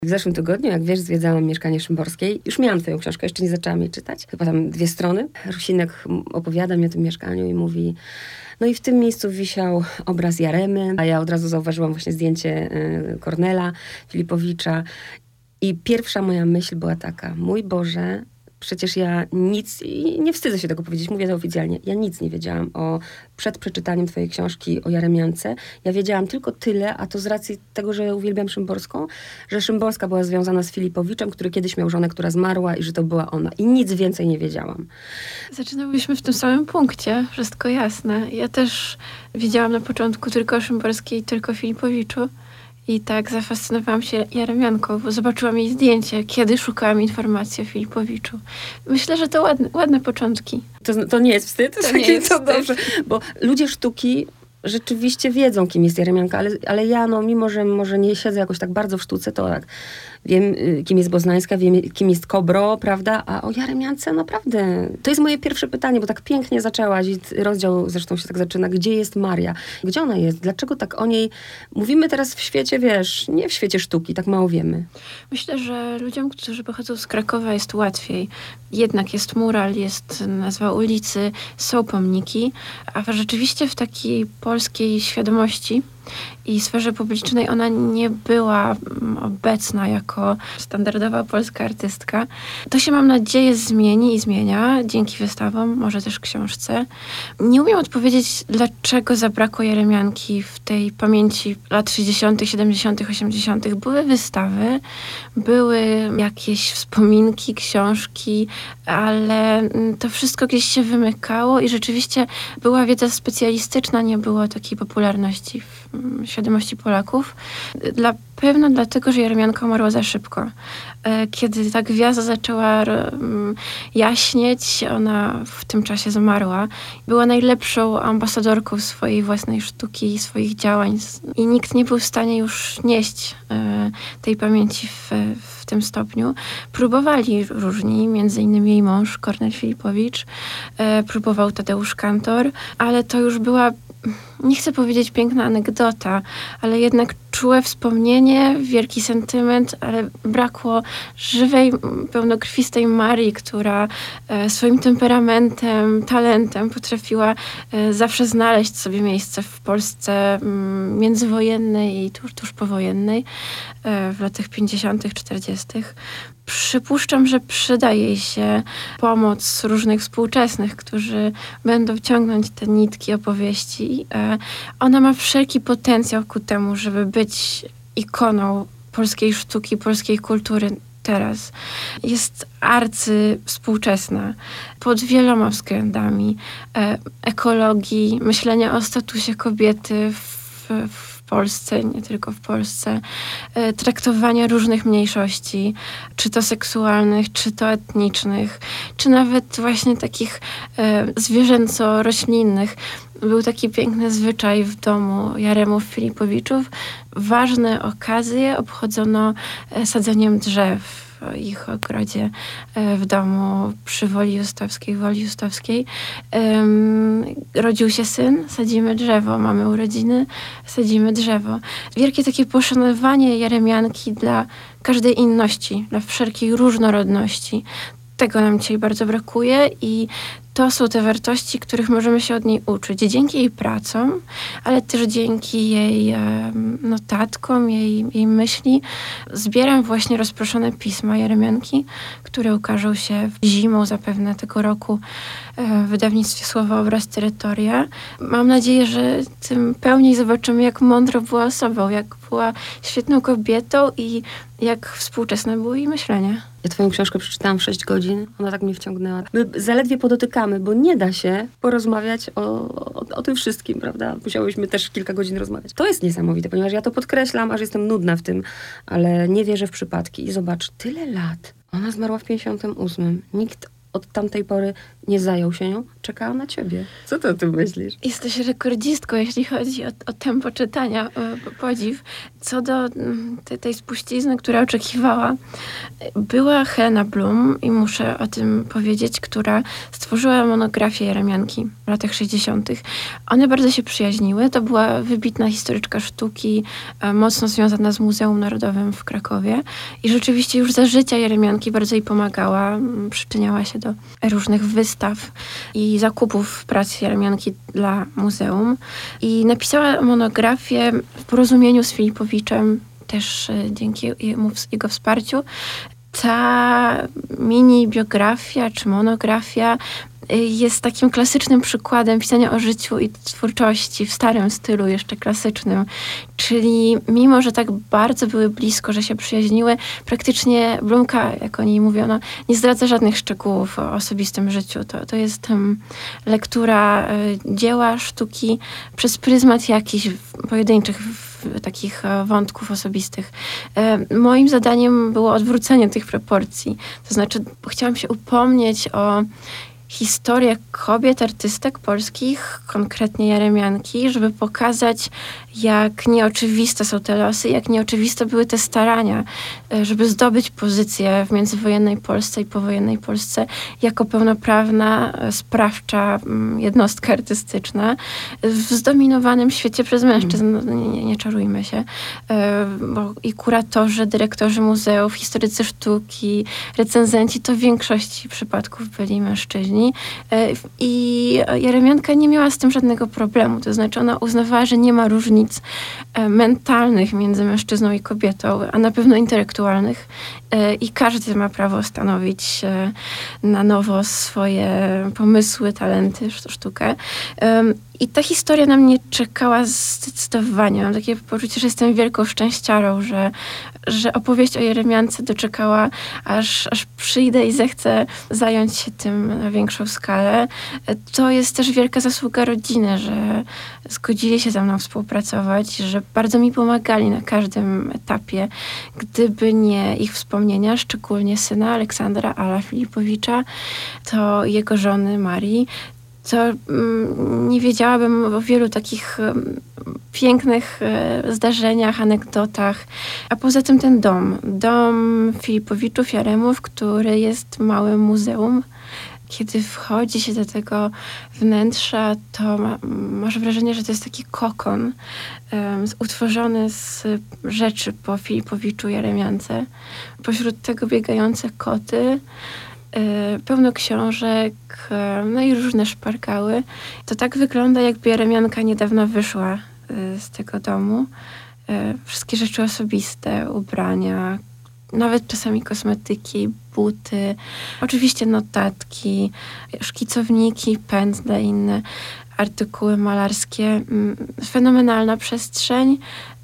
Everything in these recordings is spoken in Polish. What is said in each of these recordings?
W zeszłym tygodniu, jak wiesz, zwiedzałam Mieszkanie Szymborskiej. Już miałam twoją książkę, jeszcze nie zaczęłam jej czytać. Chyba tam 2 strony. Rusinek opowiada mi o tym mieszkaniu i mówi... No i w tym miejscu wisiał obraz Jaremy, a ja od razu zauważyłam właśnie zdjęcie Kornela Filipowicza. I pierwsza moja myśl była taka: mój Boże, przecież ja nic, i nie wstydzę się tego powiedzieć, mówię to oficjalnie, ja nic nie wiedziałam przed przeczytaniem twojej książki o Jaremiance. Ja wiedziałam tylko tyle, a to z racji tego, że uwielbiam Szymborską, że Szymborska była związana z Filipowiczem, który kiedyś miał żonę, która zmarła i że to była ona. I nic więcej nie wiedziałam. Zaczynałyśmy w tym samym punkcie, wszystko jasne. Ja też wiedziałam na początku tylko o Szymborskiej, tylko o Filipowiczu. I tak zafascynowałam się Jaremianką, bo zobaczyłam jej zdjęcie, kiedy szukałam informacji o Filipowiczu. Myślę, że to ładne początki. To nie jest wstyd? To nie jest wstyd. Dobrze, bo ludzie sztuki rzeczywiście wiedzą, kim jest Jaremianka, ale ja, mimo że może nie siedzę jakoś tak bardzo w sztuce, to tak wiem, kim jest Boznańska, wiem, kim jest Kobro, prawda? A o Jaremiance naprawdę... To jest moje pierwsze pytanie, bo tak pięknie zaczęłaś i rozdział zresztą się tak zaczyna. Gdzie jest Maria? Gdzie ona jest? Dlaczego tak o niej mówimy teraz w świecie, wiesz, nie w świecie sztuki, tak mało wiemy? Myślę, że ludziom, którzy pochodzą z Krakowa, jest łatwiej. Jednak jest mural, jest nazwa ulicy, są pomniki, a rzeczywiście w takiej polskiej świadomości i sferze publicznej ona nie była obecna jako standardowa polska artystka. To się, mam nadzieję, zmieni i zmienia dzięki wystawom, może też książce. Nie umiem odpowiedzieć, dlaczego zabrakło Jaremianki w tej pamięci lat 60., 70., 80. Były wystawy, były jakieś wspominki, książki, ale to wszystko gdzieś się wymykało i rzeczywiście była wiedza specjalistyczna, nie było takiej popularności w świadomości Polaków. Pewno dlatego, że Jaremianka umarła za szybko. Kiedy ta gwiazda zaczęła jaśnieć, ona w tym czasie zmarła. Była najlepszą ambasadorką swojej własnej sztuki i swoich działań. I nikt nie był w stanie już nieść tej pamięci w tym stopniu. Próbowali różni, między innymi jej mąż, Kornel Filipowicz. Próbował Tadeusz Kantor, ale to już była, nie chcę powiedzieć piękna anegdota, ale jednak czułe wspomnienie, wielki sentyment, ale brakło żywej, pełnokrwistej Marii, która swoim temperamentem, talentem potrafiła zawsze znaleźć sobie miejsce w Polsce międzywojennej i tuż powojennej, w latach 50., 40. Przypuszczam, że przyda jej się pomoc różnych współczesnych, którzy będą ciągnąć te nitki opowieści. Ona ma wszelki potencjał ku temu, żeby być ikoną polskiej sztuki, polskiej kultury teraz. Jest arcywspółczesna pod wieloma względami. Ekologii, myślenia o statusie kobiety w Polsce, nie tylko w Polsce, traktowania różnych mniejszości, czy to seksualnych, czy to etnicznych, czy nawet właśnie takich zwierzęco-roślinnych. Był taki piękny zwyczaj w domu Jaremów Filipowiczów. Ważne okazje obchodzono sadzeniem drzew w ich ogrodzie w domu przy Woli Justowskiej. Rodził się syn, sadzimy drzewo, mamy urodziny, sadzimy drzewo. Wielkie takie poszanowanie Jaremianki dla każdej inności, dla wszelkiej różnorodności. Tego nam dzisiaj bardzo brakuje i to są te wartości, których możemy się od niej uczyć. Dzięki jej pracom, ale też dzięki jej notatkom, jej myśli. Zbieram właśnie rozproszone pisma Jaremianki, które ukażą się zimą zapewne tego roku w wydawnictwie Słowoobraz Terytoria. Mam nadzieję, że tym pełniej zobaczymy, jak mądra była osobą, jak była świetną kobietą i jak współczesne było jej myślenie. Ja twoją książkę przeczytałam w 6 godzin. Ona tak mnie wciągnęła. My zaledwie podotykamy, bo nie da się porozmawiać o tym wszystkim, prawda? Musiałyśmy też kilka godzin rozmawiać. To jest niesamowite, ponieważ ja to podkreślam, aż jestem nudna w tym, ale nie wierzę w przypadki. I zobacz, tyle lat. Ona zmarła w 58. Nikt od tamtej pory nie zajął się nią, czekała na ciebie. Co ty o tym myślisz? Jesteś rekordzistką, jeśli chodzi o tempo czytania, podziw. Co do tej spuścizny, która oczekiwała, była Helena Blum, i muszę o tym powiedzieć, która stworzyła monografię Jeremianki w latach 60. One bardzo się przyjaźniły. To była wybitna historyczka sztuki, mocno związana z Muzeum Narodowym w Krakowie. I rzeczywiście już za życia Jeremianki bardzo jej pomagała. Przyczyniała się do różnych wystaw i zakupów prac Jeremianki dla muzeum. I napisała monografię w porozumieniu z Filipowiczem, też dzięki jego wsparciu. Ta mini biografia czy monografia jest takim klasycznym przykładem pisania o życiu i twórczości w starym stylu, jeszcze klasycznym. Czyli mimo, że tak bardzo były blisko, że się przyjaźniły, praktycznie Blumka, jak o niej mówiono, nie zdradza żadnych szczegółów o osobistym życiu. To jest lektura dzieła sztuki przez pryzmat jakichś pojedynczych takich wątków osobistych. Moim zadaniem było odwrócenie tych proporcji. To znaczy, chciałam się upomnieć o historię kobiet, artystek polskich, konkretnie Jeremianki, żeby pokazać, jak nieoczywiste są te losy, jak nieoczywiste były te starania, żeby zdobyć pozycję w międzywojennej Polsce i powojennej Polsce jako pełnoprawna, sprawcza jednostka artystyczna w zdominowanym świecie przez mężczyzn. Nie czarujmy się. Bo i kuratorzy, dyrektorzy muzeów, historycy sztuki, recenzenci to w większości przypadków byli mężczyźni. I Jeremianka nie miała z tym żadnego problemu. To znaczy ona uznawała, że nie ma różnic mentalnych między mężczyzną i kobietą, a na pewno intelektualnych. I każdy ma prawo stanowić na nowo swoje pomysły, talenty, sztukę. I ta historia na mnie czekała zdecydowanie. Mam takie poczucie, że jestem wielką szczęściarą, że opowieść o Jeremiance doczekała, aż przyjdę i zechcę zająć się tym na większą skalę. To jest też wielka zasługa rodziny, że zgodzili się ze mną współpracować, że bardzo mi pomagali na każdym etapie. Gdyby nie ich wspomnienia, szczególnie syna Aleksandra Ala Filipowicza, to jego żony Marii, to nie wiedziałabym o wielu takich pięknych zdarzeniach, anegdotach. A poza tym ten dom Filipowiczów, Jaremów, który jest małym muzeum. Kiedy wchodzi się do tego wnętrza, to masz wrażenie, że to jest taki kokon utworzony z rzeczy po Filipowiczu, Jeremiance. Pośród tego biegające koty, pełno książek, no i różne szpargały. To tak wygląda, jakby Jeremianka niedawno wyszła z tego domu. Wszystkie rzeczy osobiste, ubrania, nawet czasami kosmetyki, buty, oczywiście notatki, szkicowniki, pędzle, inne artykuły malarskie. Fenomenalna przestrzeń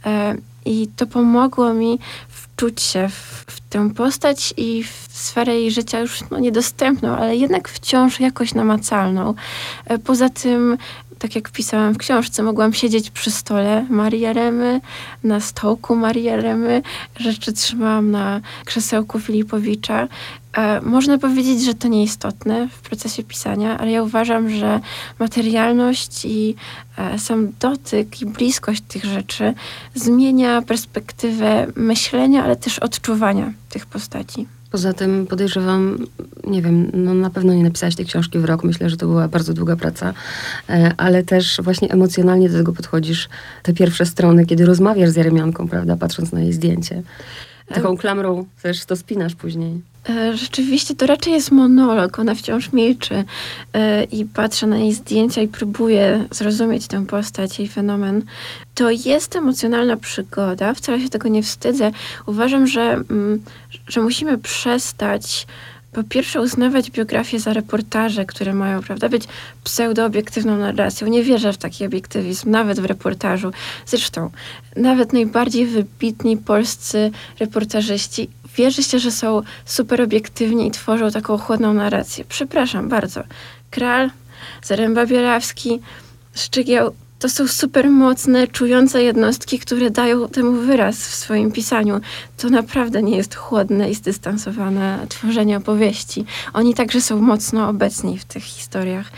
i to pomogło mi wczuć się w tę postać i w sferę jej życia już niedostępną, ale jednak wciąż jakoś namacalną. Poza tym, tak jak pisałam w książce, mogłam siedzieć przy stole Marii Jaremy, na stołku Marii Jaremy, rzeczy trzymałam na krzesełku Filipowicza. Można powiedzieć, że to nieistotne w procesie pisania, ale ja uważam, że materialność i sam dotyk i bliskość tych rzeczy zmienia perspektywę myślenia, ale też odczuwania tych postaci. Poza tym podejrzewam, nie wiem, no na pewno nie napisałaś tej książki w rok. Myślę, że to była bardzo długa praca, ale też właśnie emocjonalnie do tego podchodzisz. Te pierwsze strony, kiedy rozmawiasz z Jeremianką, prawda, patrząc na jej zdjęcie. Taką klamrą też to spinasz później. Rzeczywiście to raczej jest monolog. Ona wciąż milczy i patrzę na jej zdjęcia i próbuję zrozumieć tę postać, jej fenomen. To jest emocjonalna przygoda. Wcale się tego nie wstydzę. Uważam, że musimy przestać po pierwsze uznawać biografię za reportaże, które mają, prawda, być pseudooobiektywną narracją. Nie wierzę w taki obiektywizm, nawet w reportażu. Zresztą nawet najbardziej wybitni polscy reportażyści wierzy się, że są super obiektywni i tworzą taką chłodną narrację. Przepraszam bardzo. Kral, Zaręba-Bierawski, Szczygieł, To są super mocne, czujące jednostki, które dają temu wyraz w swoim pisaniu. To naprawdę nie jest chłodne i zdystansowane tworzenie opowieści. Oni także są mocno obecni w tych historiach.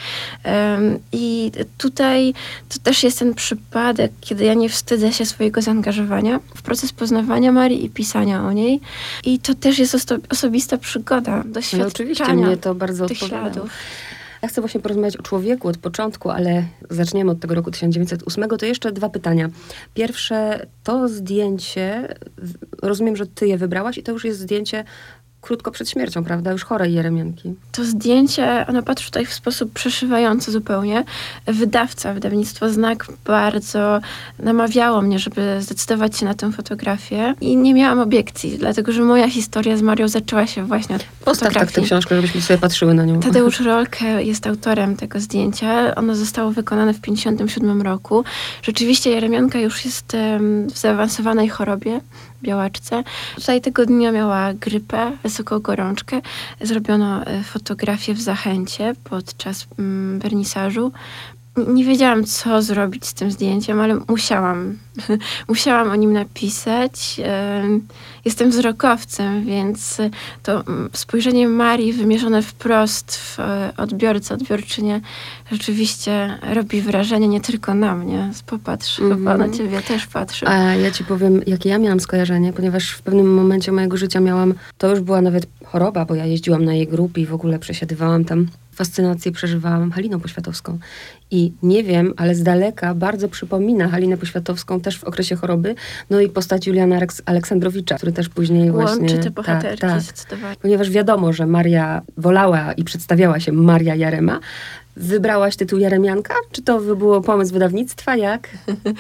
I tutaj to też jest ten przypadek, kiedy ja nie wstydzę się swojego zaangażowania w proces poznawania Marii i pisania o niej. I to też jest osobista przygoda, doświadczenia. Ale oczywiście mnie to bardzo tych odpowiada. śladów. Ja chcę właśnie porozmawiać o człowieku od początku, ale zaczniemy od tego roku 1908. To jeszcze 2 pytania. Pierwsze, to zdjęcie, rozumiem, że ty je wybrałaś i to już jest zdjęcie krótko przed śmiercią, prawda? Już chorej Jeremianki. To zdjęcie, ono patrzy tutaj w sposób przeszywający zupełnie. Wydawnictwo Znak bardzo namawiało mnie, żeby zdecydować się na tę fotografię i nie miałam obiekcji, dlatego że moja historia z Marią zaczęła się właśnie od Postaw tak fotografii. tę książkę, żebyśmy sobie patrzyły na nią. Tadeusz Rolke jest autorem tego zdjęcia. Ono zostało wykonane w 1957 roku. Rzeczywiście Jeremianka już jest w zaawansowanej chorobie, białaczce. Tutaj tego dnia miała grypę, wysoką gorączkę. Zrobiono fotografię w Zachęcie podczas wernisażu. Nie wiedziałam, co zrobić z tym zdjęciem, ale musiałam. Musiałam o nim napisać. Jestem wzrokowcem, więc to spojrzenie Marii wymierzone wprost w odbiorcę, odbiorczynię rzeczywiście robi wrażenie nie tylko na mnie. Popatrz, chyba na ciebie też patrzy. A ja ci powiem, jakie ja miałam skojarzenie, ponieważ w pewnym momencie mojego życia to już była nawet choroba, bo ja jeździłam na jej grupy i w ogóle przesiadywałam tam. Fascynację przeżywałam Haliną Poświatowską. I nie wiem, ale z daleka bardzo przypomina Halinę Poświatowską też w okresie choroby. No i postać Juliana Aleksandrowicza, który też później łączy właśnie... te bohaterki zdecydowanie. Ponieważ wiadomo, że Maria wolała i przedstawiała się Maria Jarema. Wybrałaś tytuł Jeremianka? Czy to było pomysł wydawnictwa? Jak?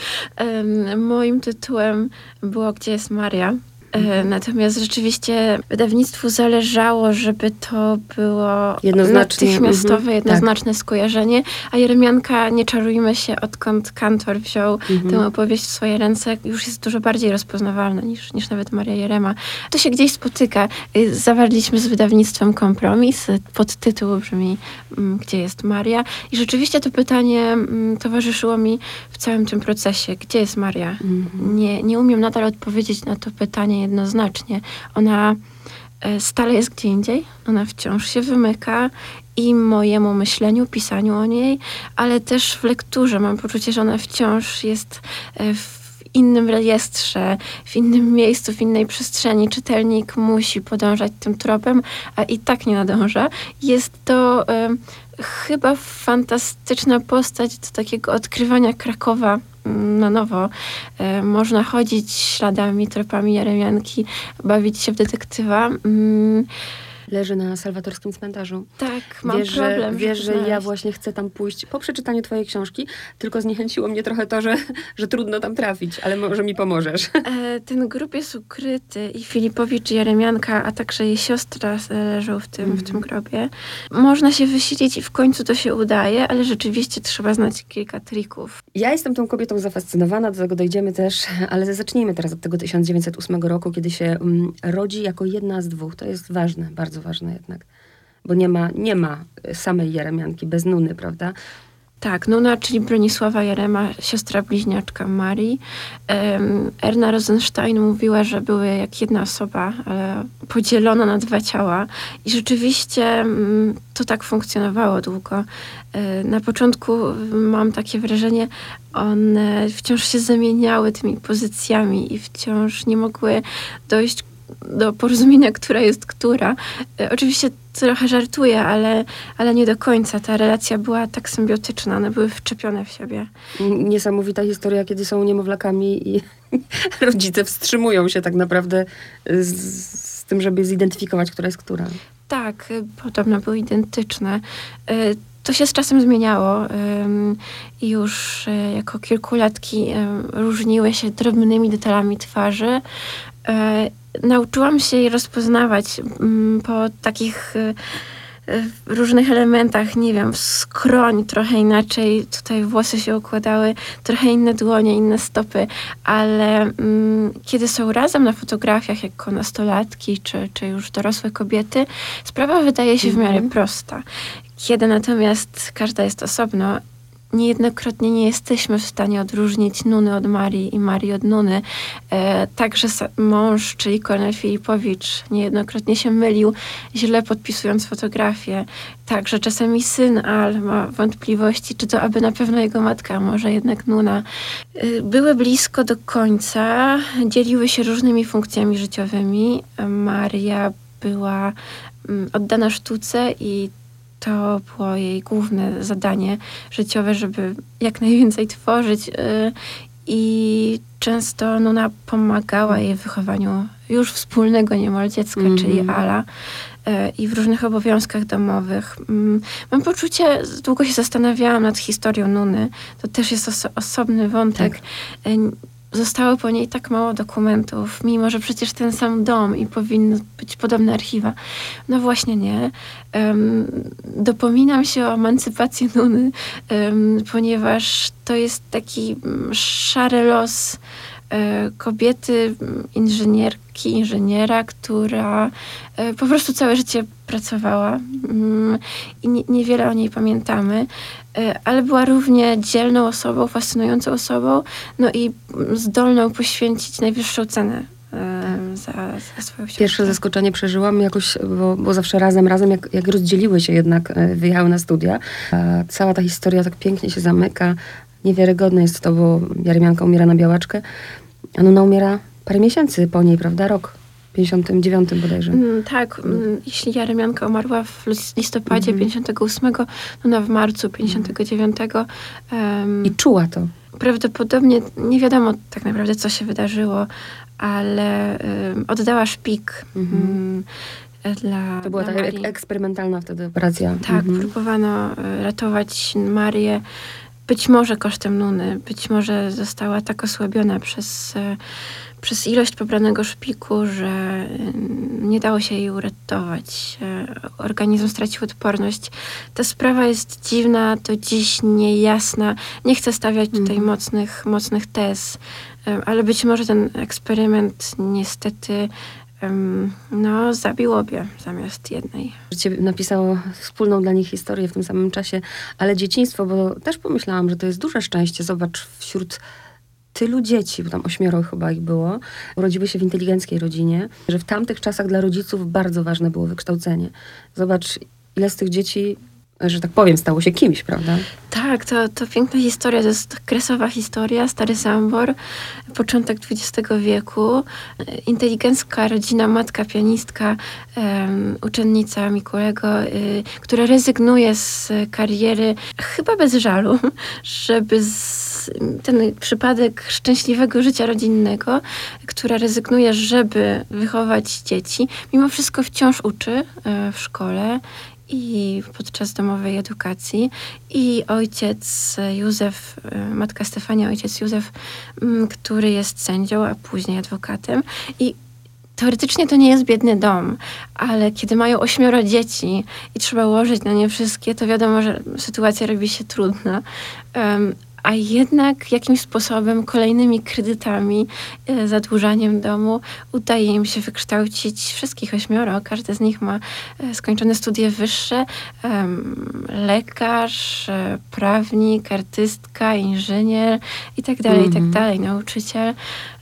Moim tytułem było Gdzie jest Maria? Natomiast rzeczywiście wydawnictwu zależało, żeby to było natychmiastowe, jednoznaczne skojarzenie, a Jeremianka, nie czarujmy się, odkąd Kantor wziął tę opowieść w swoje ręce, już jest dużo bardziej rozpoznawalna niż nawet Maria Jarema. To się gdzieś spotyka. Zawarliśmy z wydawnictwem kompromis, podtytuł brzmi Gdzie jest Maria? I rzeczywiście to pytanie towarzyszyło mi w całym tym procesie. Gdzie jest Maria? Nie umiem nadal odpowiedzieć na to pytanie jednoznacznie. Ona stale jest gdzie indziej, ona wciąż się wymyka i mojemu myśleniu, pisaniu o niej, ale też w lekturze mam poczucie, że ona wciąż jest w innym rejestrze, w innym miejscu, w innej przestrzeni. Czytelnik musi podążać tym tropem, a i tak nie nadąża. Jest to chyba fantastyczna postać do takiego odkrywania Krakowa na nowo. Można chodzić śladami, tropami Jeremianki, bawić się w detektywa. Leży na salwatorskim cmentarzu. Tak, mam problem. Wiesz, że ja właśnie chcę tam pójść po przeczytaniu twojej książki, tylko zniechęciło mnie trochę to, że trudno tam trafić, ale może mi pomożesz. Ten grób jest ukryty i Filipowicz, Jeremianka, a także jej siostra leżą w tym grobie. Można się wysilić i w końcu to się udaje, ale rzeczywiście trzeba znać kilka trików. Ja jestem tą kobietą zafascynowana, do tego dojdziemy też, ale zacznijmy teraz od tego 1908 roku, kiedy się rodzi jako jedna z 2. To jest ważne, bardzo ważne jednak. Bo nie ma samej Jeremianki bez Nuny, prawda? Tak, Nuna, czyli Bronisława Jarema, siostra bliźniaczka Marii. Erna Rosenstein mówiła, że były jak jedna osoba, ale podzielona na 2 ciała. I rzeczywiście to tak funkcjonowało długo. Na początku mam takie wrażenie, one wciąż się zamieniały tymi pozycjami i wciąż nie mogły dojść do porozumienia, która jest która. Oczywiście trochę żartuję, ale nie do końca. Ta relacja była tak symbiotyczna, one były wczepione w siebie. Niesamowita historia, kiedy są niemowlakami i rodzice wstrzymują się tak naprawdę z tym, żeby zidentyfikować, która jest która. Tak, podobno były identyczne. To się z czasem zmieniało i już jako kilkulatki różniły się drobnymi detalami twarzy. Nauczyłam się je rozpoznawać po takich różnych elementach, nie wiem, skroń trochę inaczej, tutaj włosy się układały, trochę inne dłonie, inne stopy, ale kiedy są razem na fotografiach jako nastolatki, czy już dorosłe kobiety, sprawa wydaje się w miarę prosta. Kiedy natomiast każda jest osobno, niejednokrotnie nie jesteśmy w stanie odróżnić Nuny od Marii i Marii od Nuny. Także mąż, czyli Kornel Filipowicz, niejednokrotnie się mylił, źle podpisując fotografię. Także czasami syn Al ma wątpliwości, czy to aby na pewno jego matka, a może jednak Nuna. Były blisko do końca, dzieliły się różnymi funkcjami życiowymi. Maria była oddana sztuce i to było jej główne zadanie życiowe, żeby jak najwięcej tworzyć i często Nuna pomagała jej w wychowaniu już wspólnego niemal dziecka, czyli Ala, i w różnych obowiązkach domowych. Mam poczucie, długo się zastanawiałam nad historią Nuny, to też jest osobny wątek. Tak. Zostało po niej tak mało dokumentów, mimo że przecież ten sam dom i powinny być podobne archiwa. No właśnie nie. Dopominam się o emancypacji Nuny, ponieważ to jest taki szary los kobiety, inżyniera, która po prostu całe życie pracowała i niewiele o niej pamiętamy, ale była równie dzielną osobą, fascynującą osobą, no i zdolną poświęcić najwyższą cenę za swoją książkę. Pierwsze zaskoczenie przeżyłam jakoś, bo zawsze razem, jak rozdzieliły się jednak, wyjechały na studia. Cała ta historia tak pięknie się zamyka. Niewiarygodne jest to, bo Jaremianka umiera na białaczkę, a Nuna umiera parę miesięcy po niej, prawda? Rok. 59 bodajże. Tak, jeśli Jaremianka umarła w listopadzie 58, Nuna w marcu 59. I czuła to. Prawdopodobnie nie wiadomo tak naprawdę, co się wydarzyło, ale oddała szpik dla To była ta eksperymentalna wtedy operacja. Tak, próbowano ratować Marię. Być może kosztem Nuny, być może została tak osłabiona przez ilość pobranego szpiku, że nie dało się jej uratować. Organizm stracił odporność. Ta sprawa jest dziwna, do dziś niejasna. Nie chcę stawiać tutaj mocnych tez, ale być może ten eksperyment niestety zabił obie zamiast jednej. Życie napisało wspólną dla nich historię w tym samym czasie, ale dzieciństwo, bo też pomyślałam, że to jest duże szczęście. Zobacz, wśród tylu dzieci, bo tam 8 chyba ich było, urodziły się w inteligenckiej rodzinie, że w tamtych czasach dla rodziców bardzo ważne było wykształcenie. Zobacz, ile z tych dzieci, że tak powiem, stało się kimś, prawda? Tak, to piękna historia, to jest kresowa historia, Stary Sambor, początek XX wieku, inteligencka rodzina, matka pianistka, uczennica Mikulego, która rezygnuje z kariery chyba bez żalu, żeby ten przypadek szczęśliwego życia rodzinnego, która rezygnuje, żeby wychować dzieci, mimo wszystko wciąż uczy w szkole i podczas domowej edukacji. I ojciec Józef, matka Stefania, ojciec Józef, który jest sędzią, a później adwokatem. I teoretycznie to nie jest biedny dom, ale kiedy mają 8 dzieci i trzeba ułożyć na nie wszystkie, to wiadomo, że sytuacja robi się trudna. A jednak jakimś sposobem, kolejnymi kredytami, zadłużaniem domu, udaje im się wykształcić wszystkich 8. Każdy z nich ma skończone studia wyższe. Lekarz, prawnik, artystka, inżynier i tak dalej, nauczyciel.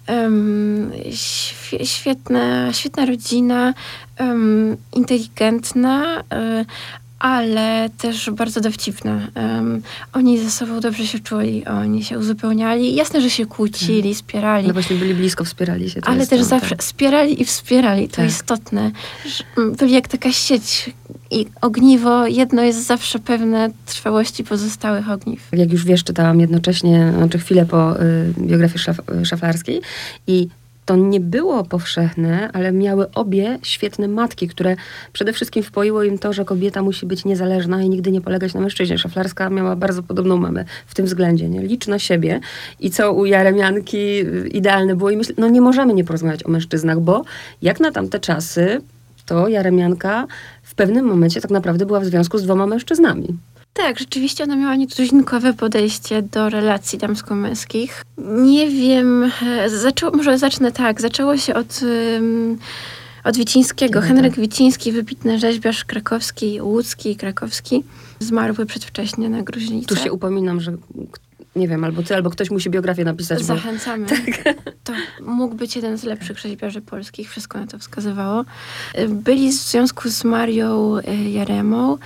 Świetna rodzina, inteligentna, ale też bardzo dowcipna. Oni ze sobą dobrze się czuli, oni się uzupełniali. Jasne, że się kłócili, spierali. No właśnie byli blisko, wspierali się. Ale też zawsze spierali i wspierali. To istotne. Byli jak taka sieć i ogniwo, jedno jest zawsze pewne trwałości pozostałych ogniw. Jak już wiesz, czytałam jednocześnie, chwilę po biografii Szaflarskiej i to nie było powszechne, ale miały obie świetne matki, które przede wszystkim wpoiło im to, że kobieta musi być niezależna i nigdy nie polegać na mężczyźnie. Szaflarska miała bardzo podobną mamę w tym względzie. Nie? Licz na siebie. I co u Jaremianki idealne było. I myślę, nie możemy nie porozmawiać o mężczyznach, bo jak na tamte czasy, to Jaremianka w pewnym momencie tak naprawdę była w związku z 2 mężczyznami. Tak, rzeczywiście ona miała nietuzinkowe podejście do relacji damsko-męskich. Nie wiem, może zacznę tak. Zaczęło się od Od Wicińskiego. Tak. Henryk Wiciński, wybitny rzeźbiarz krakowski, łódzki i krakowski, zmarły przedwcześnie na gruźlicę. Tu się upominam, że nie wiem, albo ty, albo ktoś musi biografię napisać. Zachęcamy. Tak. To mógł być jeden z lepszych rzeźbiarzy polskich. Wszystko na to wskazywało. Byli w związku z Marią Jaremą.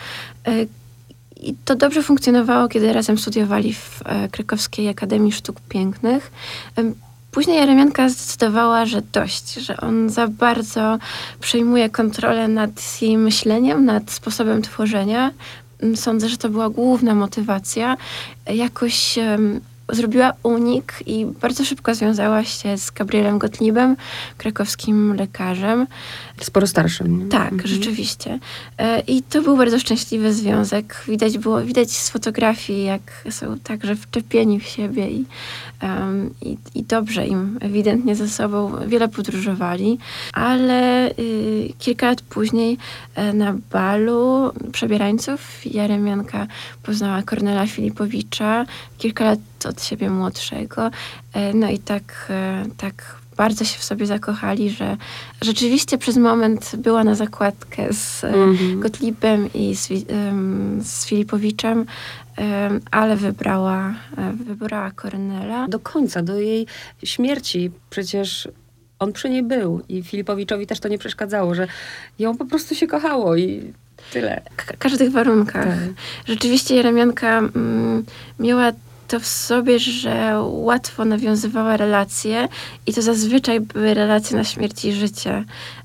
I to dobrze funkcjonowało, kiedy razem studiowali w Krakowskiej Akademii Sztuk Pięknych. Później Jeremianka zdecydowała, że dość, że on za bardzo przejmuje kontrolę nad jej myśleniem, nad sposobem tworzenia. Sądzę, że to była główna motywacja. Jakoś zrobiła unik i bardzo szybko związała się z Gabrielem Gottliebem, krakowskim lekarzem. Sporo starszym. Tak, rzeczywiście. I to był bardzo szczęśliwy związek. Widać z fotografii, jak są także wczepieni w siebie i dobrze im ewidentnie ze sobą wiele podróżowali. Ale kilka lat później na balu przebierańców Jeremianka poznała Kornela Filipowicza, kilka lat od siebie młodszego. No i tak bardzo się w sobie zakochali, że rzeczywiście przez moment była na zakładkę z Gottliebem i z Filipowiczem, ale wybrała Kornela. Do końca, do jej śmierci przecież on przy niej był i Filipowiczowi też to nie przeszkadzało, że ją po prostu się kochało i tyle. W każdych warunkach. Tak. Rzeczywiście Jeremianka miała to w sobie, że łatwo nawiązywała relacje i to zazwyczaj były relacje na śmierć i życie.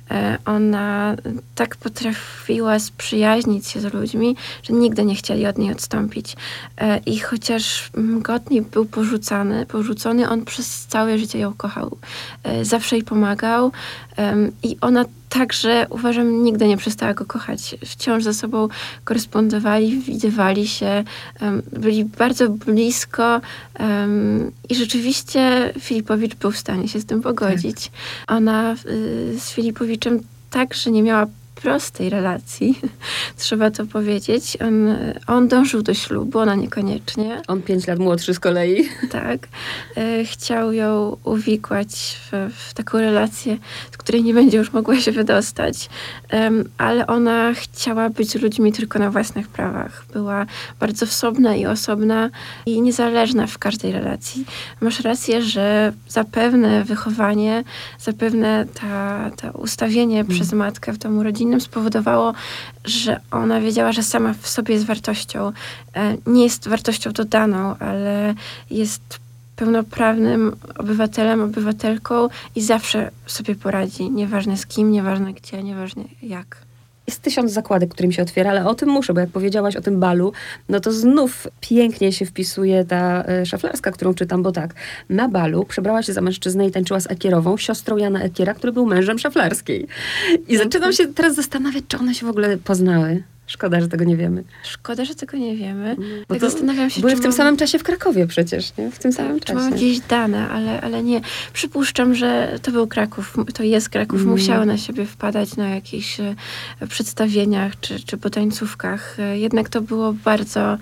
Ona tak potrafiła sprzyjaźnić się z ludźmi, że nigdy nie chcieli od niej odstąpić. I chociaż Gottlieb był porzucony, on przez całe życie ją kochał. Zawsze jej pomagał i ona także, uważam, nigdy nie przestała go kochać. Wciąż ze sobą korespondowali, widywali się, byli bardzo blisko i rzeczywiście Filipowicz był w stanie się z tym pogodzić. Tak. Ona z Filipowiczem także nie miała prostej relacji, trzeba to powiedzieć. On dążył do ślubu, ona niekoniecznie. On 5 lat młodszy z kolei. Tak. Chciał ją uwikłać w taką relację, z której nie będzie już mogła się wydostać. Ale ona chciała być z ludźmi tylko na własnych prawach. Była bardzo wsobna i osobna i niezależna w każdej relacji. Masz rację, że zapewne wychowanie, zapewne to ustawienie przez matkę w domu rodzinnym spowodowało, że ona wiedziała, że sama w sobie jest wartością. Nie jest wartością dodaną, ale jest pełnoprawnym obywatelem, obywatelką i zawsze sobie poradzi. Nieważne z kim, nieważne gdzie, nieważne jak. Jest 1000 zakładek, którym się otwiera, ale o tym muszę, bo jak powiedziałaś o tym balu, no to znów pięknie się wpisuje ta Szaflarska, którą czytam, bo tak, na balu przebrała się za mężczyznę i tańczyła z Ekierową, siostrą Jana Ekiera, który był mężem Szaflarskiej. I zaczynam się teraz zastanawiać, czy one się w ogóle poznały. Szkoda, że tego nie wiemy. Szkoda, że tego nie wiemy. Bo tak zastanawiam się, były w tym samym czasie w Krakowie przecież, nie? W tym samym czy czasie. mam jakieś dane, ale nie. Przypuszczam, że to był Kraków, to jest Kraków. Musiały na siebie wpadać na jakichś przedstawieniach czy po tańcówkach. Jednak to było bardzo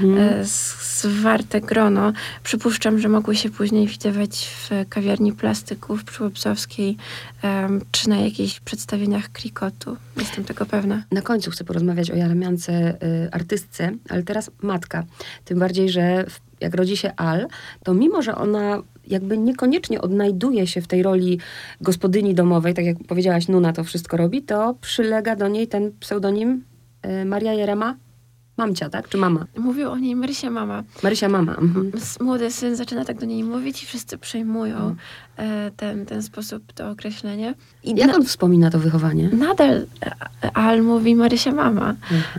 zwarte grono. Przypuszczam, że mogły się później widywać w kawiarni plastyków przy Łebzowskiej, czy na jakichś przedstawieniach krikotu. Jestem tego pewna. Na końcu chcę porozmawiać o Jeremiance, artystce, ale teraz matka. Tym bardziej, że jak rodzi się Al, to mimo, że ona jakby niekoniecznie odnajduje się w tej roli gospodyni domowej, tak jak powiedziałaś, Nuna to wszystko robi, to przylega do niej ten pseudonim Maria Jerema. Mamcia, tak? Czy mama? Mówił o niej Marysia mama. Marysia mama. Młody syn zaczyna tak do niej mówić i wszyscy przejmują ten sposób do określenia. I jak on wspomina to wychowanie? Nadal Al mówi Marysia mama.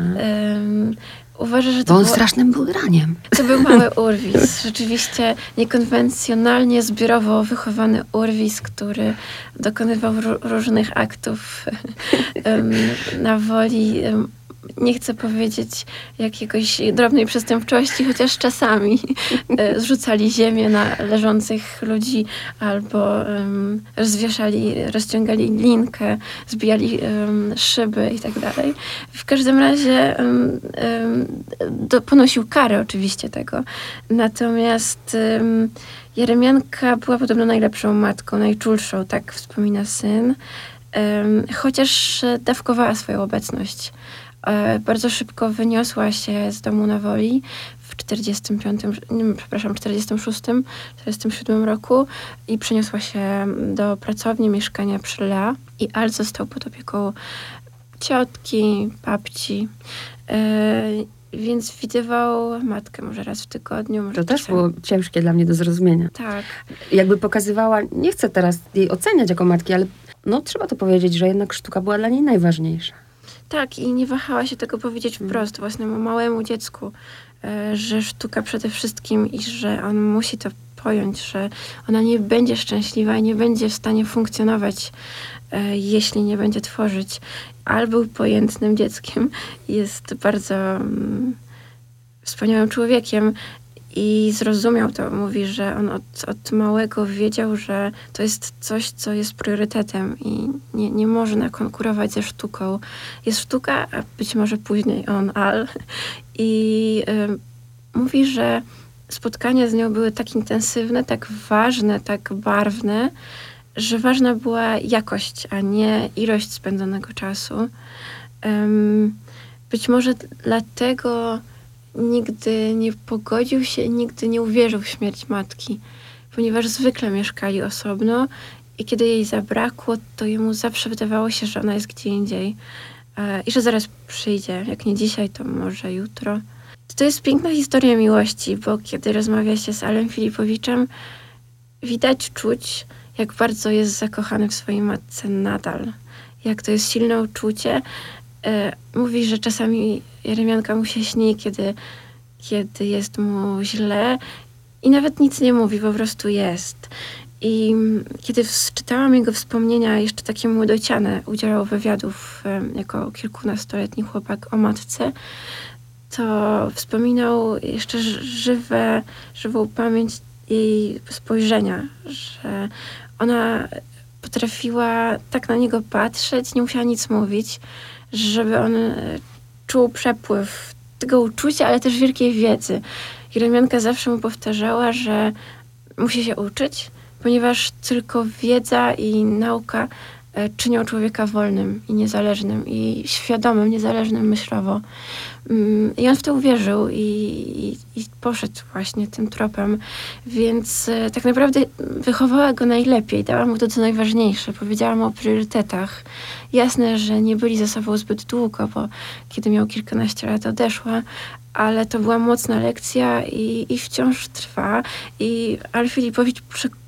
Uważa, że to bo on strasznym był raniem. To był mały urwis. Rzeczywiście niekonwencjonalnie, zbiorowo wychowany urwis, który dokonywał różnych aktów na woli, nie chcę powiedzieć jakiegoś drobnej przestępczości, chociaż czasami zrzucali ziemię na leżących ludzi albo rozciągali linkę, zbijali szyby i tak dalej. W każdym razie ponosił karę oczywiście tego. Natomiast Jeremianka była podobno najlepszą matką, najczulszą, tak wspomina syn. chociaż dawkowała swoją obecność. Bardzo szybko wyniosła się z domu na Woli w 47 roku i przeniosła się do pracowni, mieszkania przy Lea i Al został pod opieką ciotki, babci, więc widywał matkę może raz w tygodniu. Może to też było ciężkie dla mnie do zrozumienia. Tak. Jakby pokazywała, nie chcę teraz jej oceniać jako matki, ale trzeba to powiedzieć, że jednak sztuka była dla niej najważniejsza. Tak, i nie wahała się tego powiedzieć wprost własnemu małemu dziecku, że sztuka przede wszystkim i że on musi to pojąć, że ona nie będzie szczęśliwa i nie będzie w stanie funkcjonować, jeśli nie będzie tworzyć. Al był pojętnym dzieckiem, jest bardzo wspaniałym człowiekiem i zrozumiał to. Mówi, że on od małego wiedział, że to jest coś, co jest priorytetem i nie można konkurować ze sztuką. Jest sztuka, a być może później Al. I mówi, że spotkania z nią były tak intensywne, tak ważne, tak barwne, że ważna była jakość, a nie ilość spędzonego czasu. Być może dlatego nigdy nie pogodził się, nigdy nie uwierzył w śmierć matki, ponieważ zwykle mieszkali osobno i kiedy jej zabrakło, to jemu zawsze wydawało się, że ona jest gdzie indziej i że zaraz przyjdzie. Jak nie dzisiaj, to może jutro. To jest piękna historia miłości, bo kiedy rozmawia się z Alem Filipowiczem, widać, czuć, jak bardzo jest zakochany w swojej matce nadal. Jak to jest silne uczucie. Mówi, że czasami Jeremianka mu się śni, kiedy jest mu źle i nawet nic nie mówi, po prostu jest. I kiedy czytałam jego wspomnienia, jeszcze takie młodociane, udzielał wywiadów jako kilkunastoletni chłopak o matce, to wspominał jeszcze żywą pamięć jej spojrzenia, że ona potrafiła tak na niego patrzeć, nie musiała nic mówić, żeby on czuł przepływ tego uczucia, ale też wielkiej wiedzy. Jeremianka zawsze mu powtarzała, że musi się uczyć, ponieważ tylko wiedza i nauka czynią człowieka wolnym i niezależnym i świadomym, niezależnym myślowo. I on w to uwierzył i poszedł właśnie tym tropem. Więc tak naprawdę wychowała go najlepiej, dała mu to, co najważniejsze. Powiedziała mu o priorytetach. Jasne, że nie byli ze sobą zbyt długo, bo kiedy miał kilkanaście lat, odeszła, ale to była mocna lekcja i wciąż trwa. I Al Filipowicz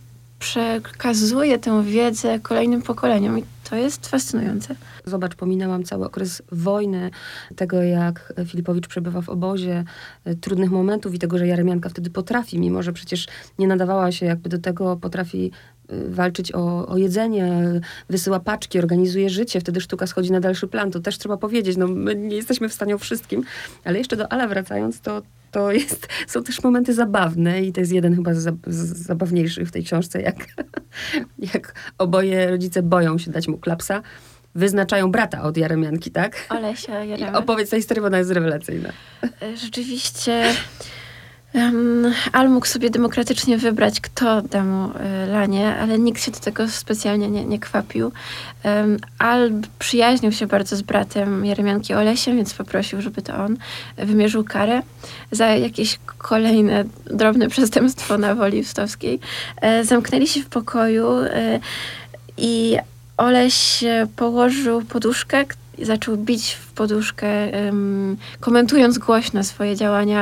przekazuje tę wiedzę kolejnym pokoleniom i to jest fascynujące. Zobacz, pominęłam cały okres wojny, tego jak Filipowicz przebywa w obozie, trudnych momentów i tego, że Jeremianka wtedy potrafi, mimo że przecież nie nadawała się jakby do tego, potrafi walczyć o jedzenie, wysyła paczki, organizuje życie, wtedy sztuka schodzi na dalszy plan. To też trzeba powiedzieć, my nie jesteśmy w stanie o wszystkim, ale jeszcze do Ala wracając, są też momenty zabawne i to jest jeden chyba z zabawniejszych w tej książce, jak oboje rodzice boją się dać mu klapsa, wyznaczają brata od Jeremianki, tak? Olesia, Jeremy. I opowiedz tę historię, bo ona jest rewelacyjna. Rzeczywiście Al mógł sobie demokratycznie wybrać, kto da mu lanie, ale nikt się do tego specjalnie nie kwapił. Al przyjaźnił się bardzo z bratem Jeremianki Olesiem, więc poprosił, żeby to on wymierzył karę za jakieś kolejne drobne przestępstwo na Woli Wstowskiej. Zamknęli się w pokoju i Oleś położył poduszkę i zaczął bić w poduszkę, komentując głośno swoje działania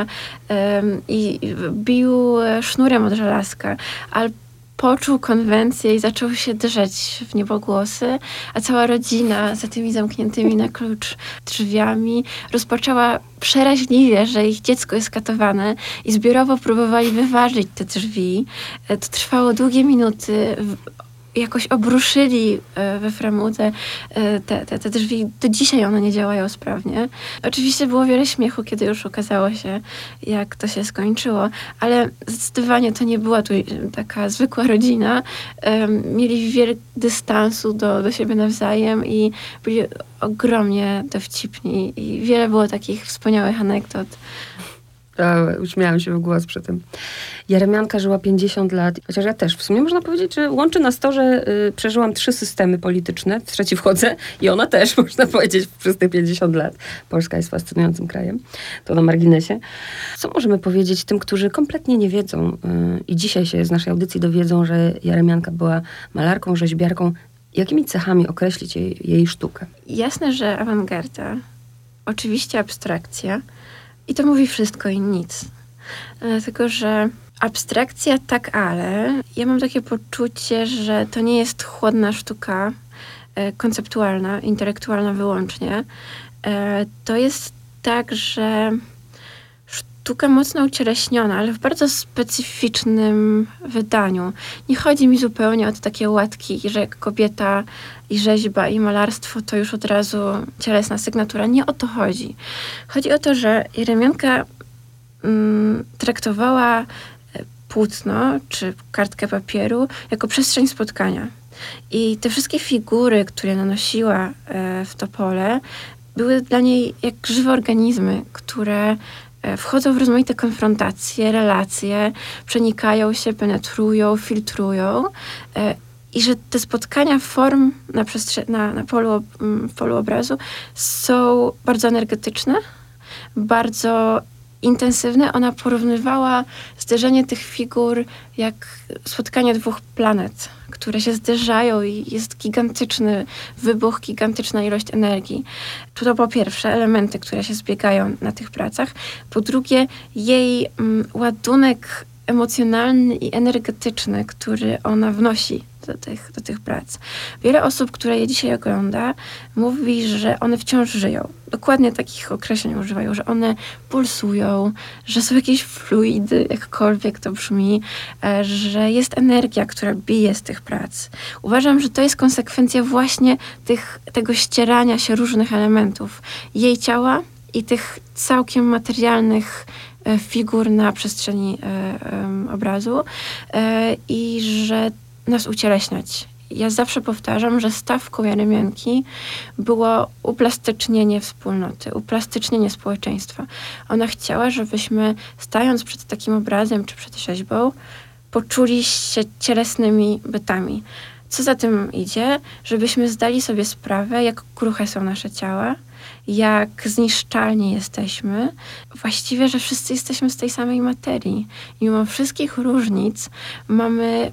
i bił sznurem od żelazka. Al poczuł konwencję i zaczął się drzeć w niebogłosy, a cała rodzina za tymi zamkniętymi na klucz drzwiami rozpoczęła przeraźliwie, że ich dziecko jest katowane i zbiorowo próbowali wyważyć te drzwi. To trwało długie minuty. Jakoś obruszyli we framudze te drzwi. Do dzisiaj one nie działają sprawnie. Oczywiście było wiele śmiechu, kiedy już okazało się, jak to się skończyło, ale zdecydowanie to nie była tu taka zwykła rodzina. Mieli wiele dystansu do siebie nawzajem i byli ogromnie dowcipni i wiele było takich wspaniałych anegdot. Uśmiałam się w głos przy tym. Jeremianka żyła 50 lat, chociaż ja też. W sumie można powiedzieć, że łączy nas to, że przeżyłam 3 systemy polityczne, w trzeci wchodzę i ona też, można powiedzieć, przez te 50 lat. Polska jest fascynującym krajem. To na marginesie. Co możemy powiedzieć tym, którzy kompletnie nie wiedzą i dzisiaj się z naszej audycji dowiedzą, że Jeremianka była malarką, rzeźbiarką. Jakimi cechami określić jej sztukę? Jasne, że awangarda, oczywiście abstrakcja i to mówi wszystko i nic. Dlatego, że abstrakcja tak, ale ja mam takie poczucie, że to nie jest chłodna sztuka konceptualna, intelektualna wyłącznie. To jest tak, że sztuka mocno ucieleśniona, ale w bardzo specyficznym wydaniu. Nie chodzi mi zupełnie o te takie łatki, że jak kobieta i rzeźba i malarstwo to już od razu cielesna sygnatura. Nie o to chodzi. Chodzi o to, że Jeremianka traktowała płótno czy kartkę papieru jako przestrzeń spotkania. I te wszystkie figury, które nanosiła w to pole, były dla niej jak żywe organizmy, które wchodzą w rozmaite konfrontacje, relacje, przenikają się, penetrują, filtrują i że te spotkania form na polu obrazu są bardzo energetyczne, bardzo intensywne. Ona porównywała zderzenie tych figur jak spotkanie 2 planet, które się zderzają i jest gigantyczny wybuch, gigantyczna ilość energii. To po pierwsze elementy, które się zbiegają na tych pracach. Po drugie jej ładunek emocjonalny i energetyczny, który ona wnosi do tych prac. Wiele osób, które je dzisiaj ogląda, mówi, że one wciąż żyją. Dokładnie takich określeń używają, że one pulsują, że są jakieś fluidy, jakkolwiek to brzmi, że jest energia, która bije z tych prac. Uważam, że to jest konsekwencja właśnie tego ścierania się różnych elementów jej ciała i tych całkiem materialnych figur na przestrzeni obrazu i że nas ucieleśniać. Ja zawsze powtarzam, że stawką Jeremianki było uplastycznienie wspólnoty, uplastycznienie społeczeństwa. Ona chciała, żebyśmy stając przed takim obrazem czy przed rzeźbą, poczuli się cielesnymi bytami. Co za tym idzie? Żebyśmy zdali sobie sprawę, jak kruche są nasze ciała, jak zniszczalni jesteśmy. Właściwie, że wszyscy jesteśmy z tej samej materii. I mimo wszystkich różnic mamy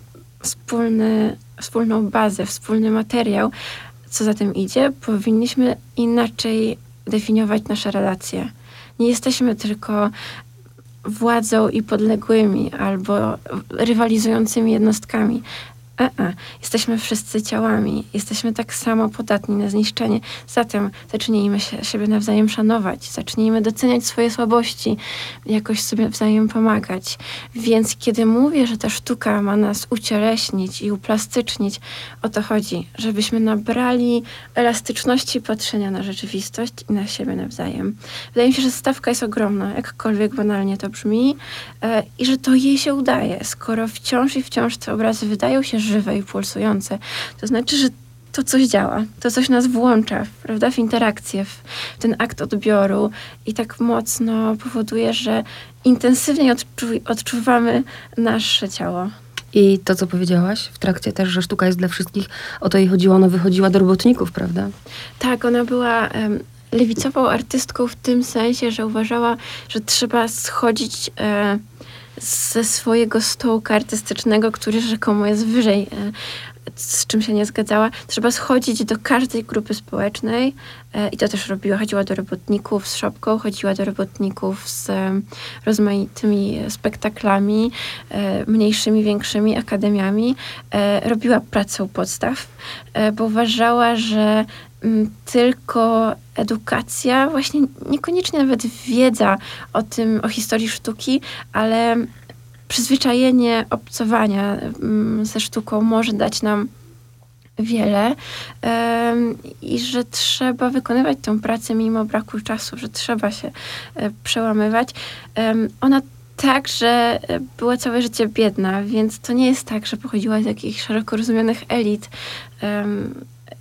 wspólną bazę, wspólny materiał. Co za tym idzie? Powinniśmy inaczej definiować nasze relacje. Nie jesteśmy tylko władzą i podległymi albo rywalizującymi jednostkami. Jesteśmy wszyscy ciałami. Jesteśmy tak samo podatni na zniszczenie. Zatem zacznijmy siebie nawzajem szanować. Zacznijmy doceniać swoje słabości. Jakoś sobie wzajem pomagać. Więc kiedy mówię, że ta sztuka ma nas ucieleśnić i uplastycznić, o to chodzi. Żebyśmy nabrali elastyczności patrzenia na rzeczywistość i na siebie nawzajem. Wydaje mi się, że stawka jest ogromna, jakkolwiek banalnie to brzmi. I że to jej się udaje. Skoro wciąż te obrazy wydają się żywe i pulsujące, to znaczy, że to coś działa, to coś nas włącza, prawda, w interakcję, w ten akt odbioru i tak mocno powoduje, że intensywniej odczuwamy nasze ciało. I to, co powiedziałaś w trakcie też, że sztuka jest dla wszystkich, o to jej chodziło, ona wychodziła do robotników, prawda? Tak, ona była lewicową artystką w tym sensie, że uważała, że trzeba schodzić ze swojego stołka artystycznego, który rzekomo jest wyżej, z czym się nie zgadzała. Trzeba schodzić do każdej grupy społecznej i to też robiła. Chodziła do robotników z szopką, chodziła do robotników z rozmaitymi spektaklami, mniejszymi, większymi akademiami. Robiła pracę u podstaw, bo uważała, że tylko edukacja, właśnie niekoniecznie nawet wiedza o historii sztuki, ale przyzwyczajenie obcowania ze sztuką może dać nam wiele i że trzeba wykonywać tę pracę mimo braku czasu, że trzeba się przełamywać. Ona także była całe życie biedna, więc to nie jest tak, że pochodziła z jakichś szeroko rozumianych elit.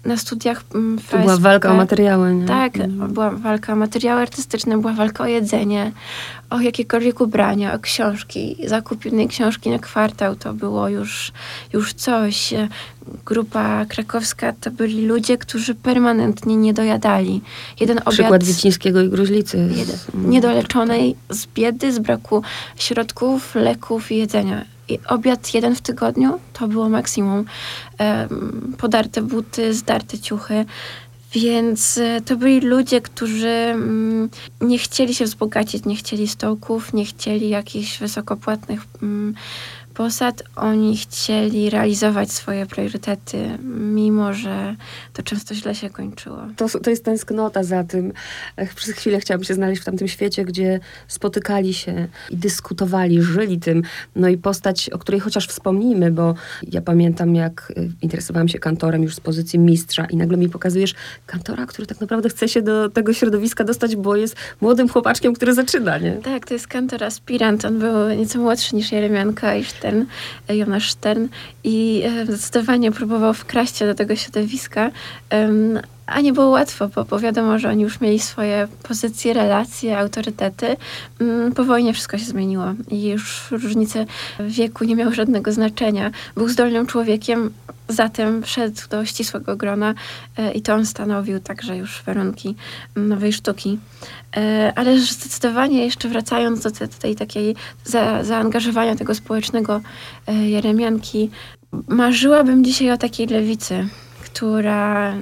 na studiach w To była walka o materiały, nie? Tak, była walka o materiały artystyczne, była walka o jedzenie, o jakiekolwiek ubrania, o książki. Zakup jednej książki na kwartał to było już coś. Grupa krakowska to byli ludzie, którzy permanentnie nie dojadali. Jeden obiad... Przykład Wicińskiego i Gruźlicy. Niedoleczonej z biedy, z braku środków, leków i jedzenia. I obiad jeden w tygodniu to było maksimum. Podarte buty, zdarte ciuchy. Więc to byli ludzie, którzy nie chcieli się wzbogacić, nie chcieli stołków, nie chcieli jakichś wysokopłatnych posad. Oni chcieli realizować swoje priorytety, mimo że to często źle się kończyło. To jest tęsknota za tym. Przez chwilę chciałabym się znaleźć w tamtym świecie, gdzie spotykali się i dyskutowali, żyli tym. No i postać, o której chociaż wspomnijmy, bo ja pamiętam, jak interesowałam się Kantorem już z pozycji mistrza i nagle mi pokazujesz Kantora, który tak naprawdę chce się do tego środowiska dostać, bo jest młodym chłopaczkiem, który zaczyna, nie? Tak, to jest Kantor aspirant. On był nieco młodszy niż Jeremianka i Jonasz Stern i zdecydowanie próbował wkraść się do tego środowiska, a nie było łatwo, bo wiadomo, że oni już mieli swoje pozycje, relacje, autorytety. Po wojnie wszystko się zmieniło i już różnice wieku nie miały żadnego znaczenia. Był zdolnym człowiekiem, zatem wszedł do ścisłego grona i to on stanowił także już warunki nowej sztuki. Ale zdecydowanie jeszcze wracając do tej takiej zaangażowania tego społecznego Jeremianki, marzyłabym dzisiaj o takiej lewicy, która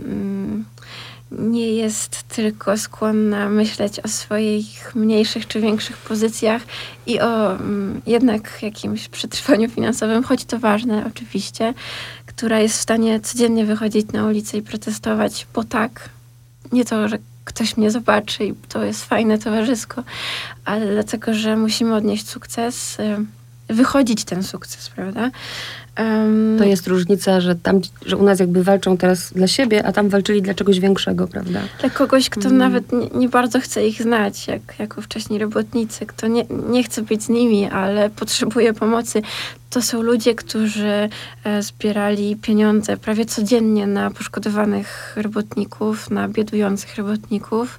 nie jest tylko skłonna myśleć o swoich mniejszych czy większych pozycjach i o jednak jakimś przetrwaniu finansowym, choć to ważne oczywiście, która jest w stanie codziennie wychodzić na ulicę i protestować, bo tak, nie to, że ktoś mnie zobaczy i to jest fajne towarzysko, ale dlatego, że musimy odnieść sukces, wychodzić ten sukces, prawda? To jest różnica, że u nas jakby walczą teraz dla siebie, a tam walczyli dla czegoś większego, prawda? Dla kogoś, kto nawet nie bardzo chce ich znać, jako wcześniej robotnicy, kto nie chce być z nimi, ale potrzebuje pomocy. To są ludzie, którzy zbierali pieniądze prawie codziennie na poszkodowanych robotników, na biedujących robotników.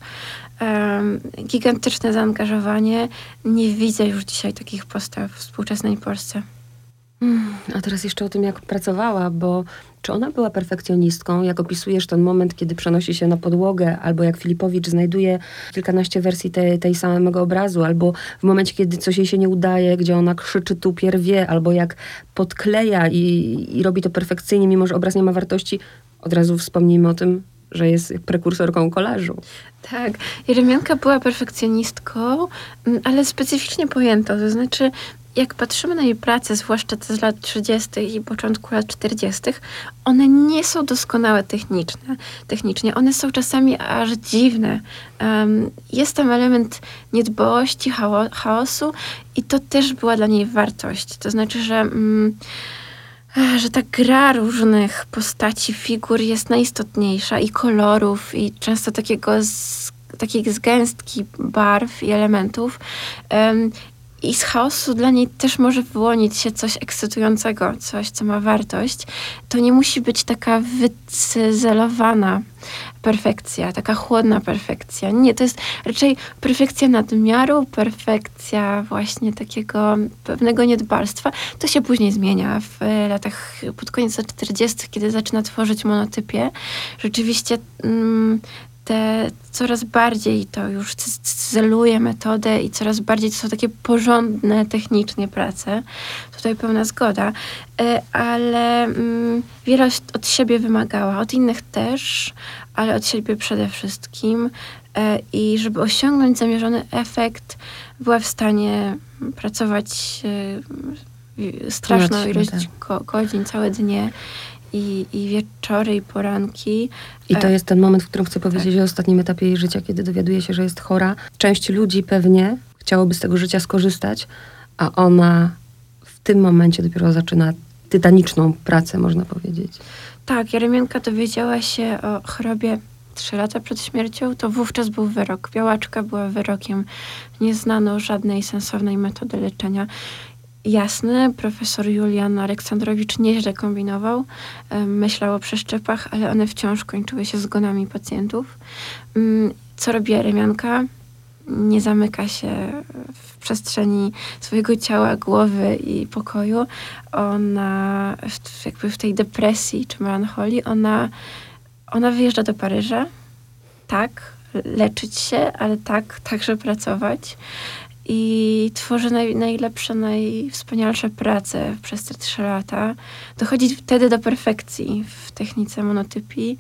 Gigantyczne zaangażowanie. Nie widzę już dzisiaj takich postaw w współczesnej Polsce. A teraz jeszcze o tym, jak pracowała, bo czy ona była perfekcjonistką? Jak opisujesz ten moment, kiedy przenosi się na podłogę, albo jak Filipowicz znajduje kilkanaście wersji tej samego obrazu, albo w momencie, kiedy coś jej się nie udaje, gdzie ona krzyczy tu pierwie, albo jak podkleja i robi to perfekcyjnie, mimo że obraz nie ma wartości, od razu wspomnijmy o tym, że jest prekursorką kolażu. Tak, Jeremianka była perfekcjonistką, ale specyficznie pojętą, to znaczy jak patrzymy na jej pracę, zwłaszcza te z lat 30. i początku lat 40., one nie są doskonałe technicznie. One są czasami aż dziwne. Jest tam element niedbałości, chaosu i to też była dla niej wartość. To znaczy, że ta gra różnych postaci, figur jest najistotniejsza i kolorów i często takiej zgęstki barw i elementów. I z chaosu dla niej też może wyłonić się coś ekscytującego, coś, co ma wartość. To nie musi być taka wycyzelowana perfekcja, taka chłodna perfekcja. Nie, to jest raczej perfekcja nadmiaru, perfekcja właśnie takiego pewnego niedbalstwa. To się później zmienia w latach, pod koniec lat 40., kiedy zaczyna tworzyć monotypię. Rzeczywiście coraz bardziej to już cyzeluje metodę i coraz bardziej to są takie porządne technicznie prace. Tutaj pełna zgoda, ale wiele od siebie wymagała, od innych też, ale od siebie przede wszystkim. I żeby osiągnąć zamierzony efekt, była w stanie pracować straszną ilość godzin, całe dnie. I wieczory, i poranki. I to jest ten moment, w którym chcę powiedzieć o ostatnim etapie jej życia, kiedy dowiaduje się, że jest chora. Część ludzi pewnie chciałoby z tego życia skorzystać, a ona w tym momencie dopiero zaczyna tytaniczną pracę, można powiedzieć. Tak, Jeremianka dowiedziała się o chorobie 3 lata przed śmiercią, to wówczas był wyrok. Białaczka była wyrokiem. Nie znano żadnej sensownej metody leczenia. Jasne, profesor Julian Aleksandrowicz nieźle kombinował, myślał o przeszczepach, ale one wciąż kończyły się zgonami pacjentów. Co robi Jeremianka? Nie zamyka się w przestrzeni swojego ciała, głowy i pokoju. Ona jakby w tej depresji czy melancholii, ona wyjeżdża do Paryża. Tak, leczyć się, ale tak, także pracować. I tworzy najlepsze, najwspanialsze prace przez te 3 lata. Dochodzi wtedy do perfekcji w technice monotypii.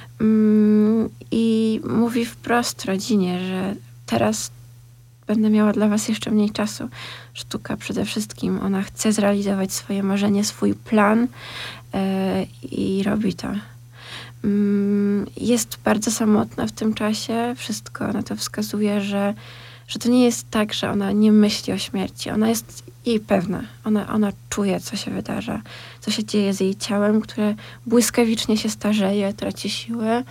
I mówi wprost rodzinie, że teraz będę miała dla was jeszcze mniej czasu. Sztuka przede wszystkim. Ona chce zrealizować swoje marzenie, swój plan i robi to. Jest bardzo samotna w tym czasie. Wszystko na to wskazuje, że to nie jest tak, że ona nie myśli o śmierci. Ona jest jej pewna. Ona czuje, co się wydarza, co się dzieje z jej ciałem, które błyskawicznie się starzeje, traci siłę.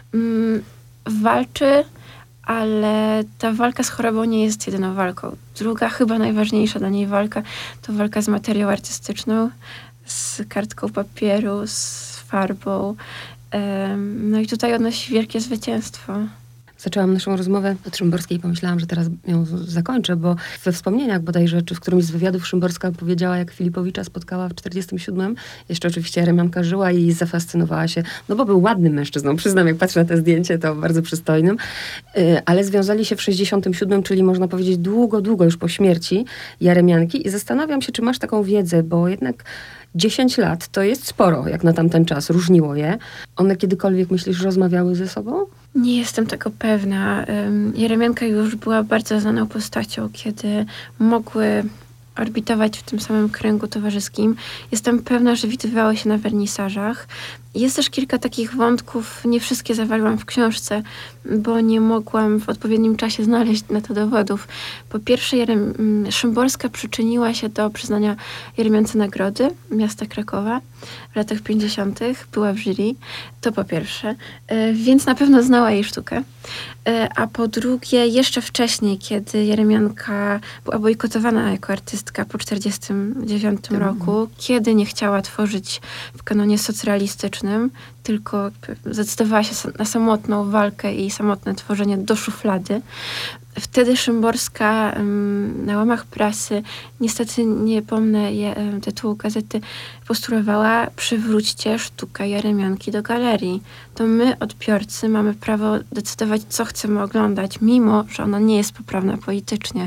Walczy, ale ta walka z chorobą nie jest jedyną walką. Druga, chyba najważniejsza dla niej walka, to walka z materią artystyczną, z kartką papieru, z farbą. No i tutaj odnosi wielkie zwycięstwo. Zaczęłam naszą rozmowę od Szymborskiej i pomyślałam, że teraz ją zakończę, bo we wspomnieniach bodajże, czy w którymś z wywiadów Szymborska powiedziała, jak Filipowicza spotkała w 47. Jeszcze oczywiście Jeremianka żyła i zafascynowała się, no bo był ładnym mężczyzną, przyznam, jak patrzę na to zdjęcie, to bardzo przystojnym, ale związali się w 67, czyli można powiedzieć długo, długo już po śmierci Jeremianki i zastanawiam się, czy masz taką wiedzę, bo jednak 10 lat to jest sporo, jak na tamten czas, różniło je. One kiedykolwiek, myślisz, rozmawiały ze sobą? Nie jestem tego pewna. Jeremianka już była bardzo znaną postacią, kiedy mogły orbitować w tym samym kręgu towarzyskim. Jestem pewna, że widywały się na wernisażach. Jest też kilka takich wątków, nie wszystkie zawaliłam w książce, bo nie mogłam w odpowiednim czasie znaleźć na to dowodów. Po pierwsze, Szymborska przyczyniła się do przyznania Jeremiance nagrody miasta Krakowa w latach 50. Była w jury. To po pierwsze. Więc na pewno znała jej sztukę. A po drugie, jeszcze wcześniej, kiedy Jeremianka była bojkotowana jako artystka po 1949 roku, kiedy nie chciała tworzyć w kanonie socrealistycznym, tylko zdecydowała się na samotną walkę i samotne tworzenie do szuflady. Wtedy Szymborska na łamach prasy, niestety nie pomnę tytułu gazety, postulowała: przywróćcie sztukę Jeremianki do galerii. To my, odbiorcy, mamy prawo decydować, co chcemy oglądać, mimo że ona nie jest poprawna politycznie.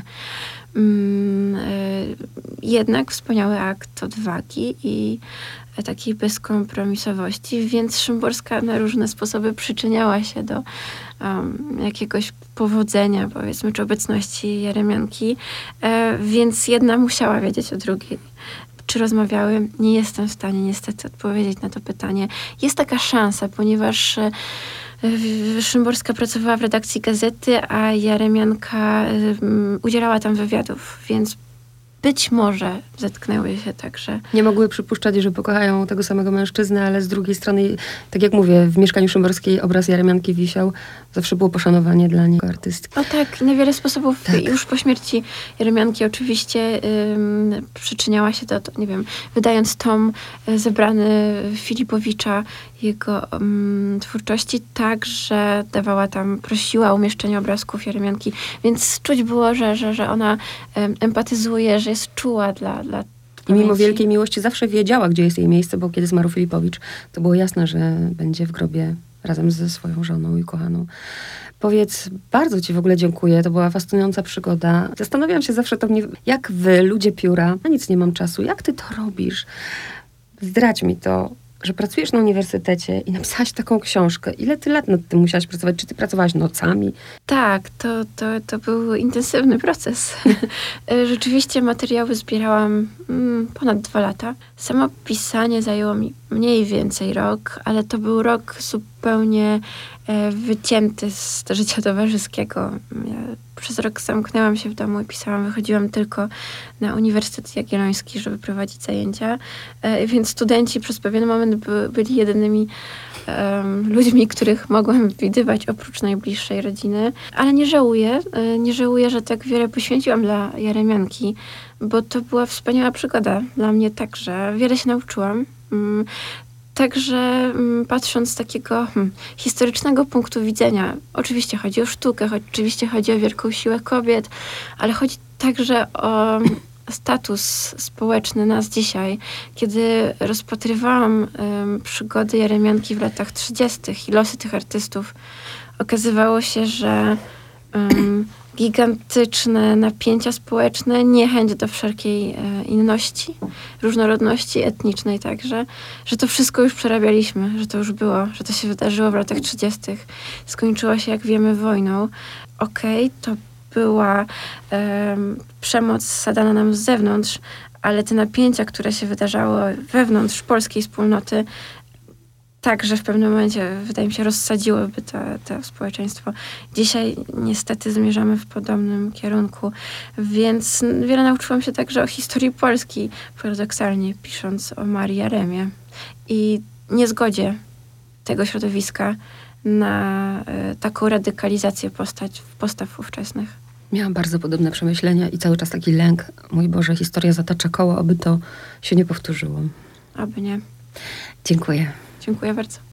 Jednak wspaniały akt odwagi i takiej bezkompromisowości, więc Szymborska na różne sposoby przyczyniała się do jakiegoś powodzenia, powiedzmy, czy obecności Jeremianki, więc jedna musiała wiedzieć o drugiej. Czy rozmawiały? Nie jestem w stanie niestety odpowiedzieć na to pytanie. Jest taka szansa, ponieważ Szymborska pracowała w redakcji gazety, a Jeremianka udzielała tam wywiadów, więc być może zetknęły się także. Nie mogły przypuszczać, że pokochają tego samego mężczyznę, ale z drugiej strony, tak jak mówię, w mieszkaniu Szymborskiej obraz Jeremianki wisiał. Zawsze było poszanowanie dla niego artystki. O tak, na wiele sposobów. Tak. Już po śmierci Jeremianki oczywiście przyczyniała się do, nie wiem, wydając tom zebrany Filipowicza, jego twórczości, także dawała tam, prosiła o umieszczenie obrazków Jeremianki, więc czuć było, że ona empatyzuje, że jest czuła dla i mimo wielkiej miłości zawsze wiedziała, gdzie jest jej miejsce, bo kiedy zmarł Filipowicz, to było jasne, że będzie w grobie razem ze swoją żoną i kochaną. Powiedz, bardzo ci w ogóle dziękuję, to była fascynująca przygoda. Zastanawiam się zawsze, jak wy, ludzie pióra, na nic nie mam czasu, jak ty to robisz? Zdradź mi to, że pracujesz na uniwersytecie i napisałaś taką książkę. Ile ty lat nad tym musiałaś pracować? Czy ty pracowałaś nocami? Tak, to był intensywny proces. Rzeczywiście materiały zbierałam ponad 2 lata. Samo pisanie zajęło mi mniej więcej rok, ale to był rok zupełnie wycięty z życia towarzyskiego. Ja przez rok zamknęłam się w domu i pisałam, wychodziłam tylko na Uniwersytet Jagielloński, żeby prowadzić zajęcia, więc studenci przez pewien moment byli jedynymi ludźmi, których mogłam widywać oprócz najbliższej rodziny. Ale nie żałuję, że tak wiele poświęciłam dla Jeremianki, bo to była wspaniała przygoda dla mnie także. Wiele się nauczyłam. Także patrząc z takiego historycznego punktu widzenia, oczywiście chodzi o sztukę, oczywiście chodzi o wielką siłę kobiet, ale chodzi także o status społeczny nas dzisiaj. Kiedy rozpatrywałam przygody Jeremianki w latach 30. i losy tych artystów, okazywało się, że gigantyczne napięcia społeczne, niechęć do wszelkiej inności, różnorodności etnicznej także, że to wszystko już przerabialiśmy, że to już było, że to się wydarzyło w latach 30. Skończyło się, jak wiemy, wojną. To była przemoc zadana nam z zewnątrz, ale te napięcia, które się wydarzały wewnątrz polskiej wspólnoty, także w pewnym momencie, wydaje mi się, rozsadziłyby to społeczeństwo. Dzisiaj niestety zmierzamy w podobnym kierunku, więc wiele nauczyłam się także o historii Polski, paradoksalnie pisząc o Marii Jaremie i niezgodzie tego środowiska na taką radykalizację postaw ówczesnych. Miałam bardzo podobne przemyślenia i cały czas taki lęk. Mój Boże, historia zatacza koło, aby to się nie powtórzyło. Aby nie. Dziękuję. Dziękuję bardzo.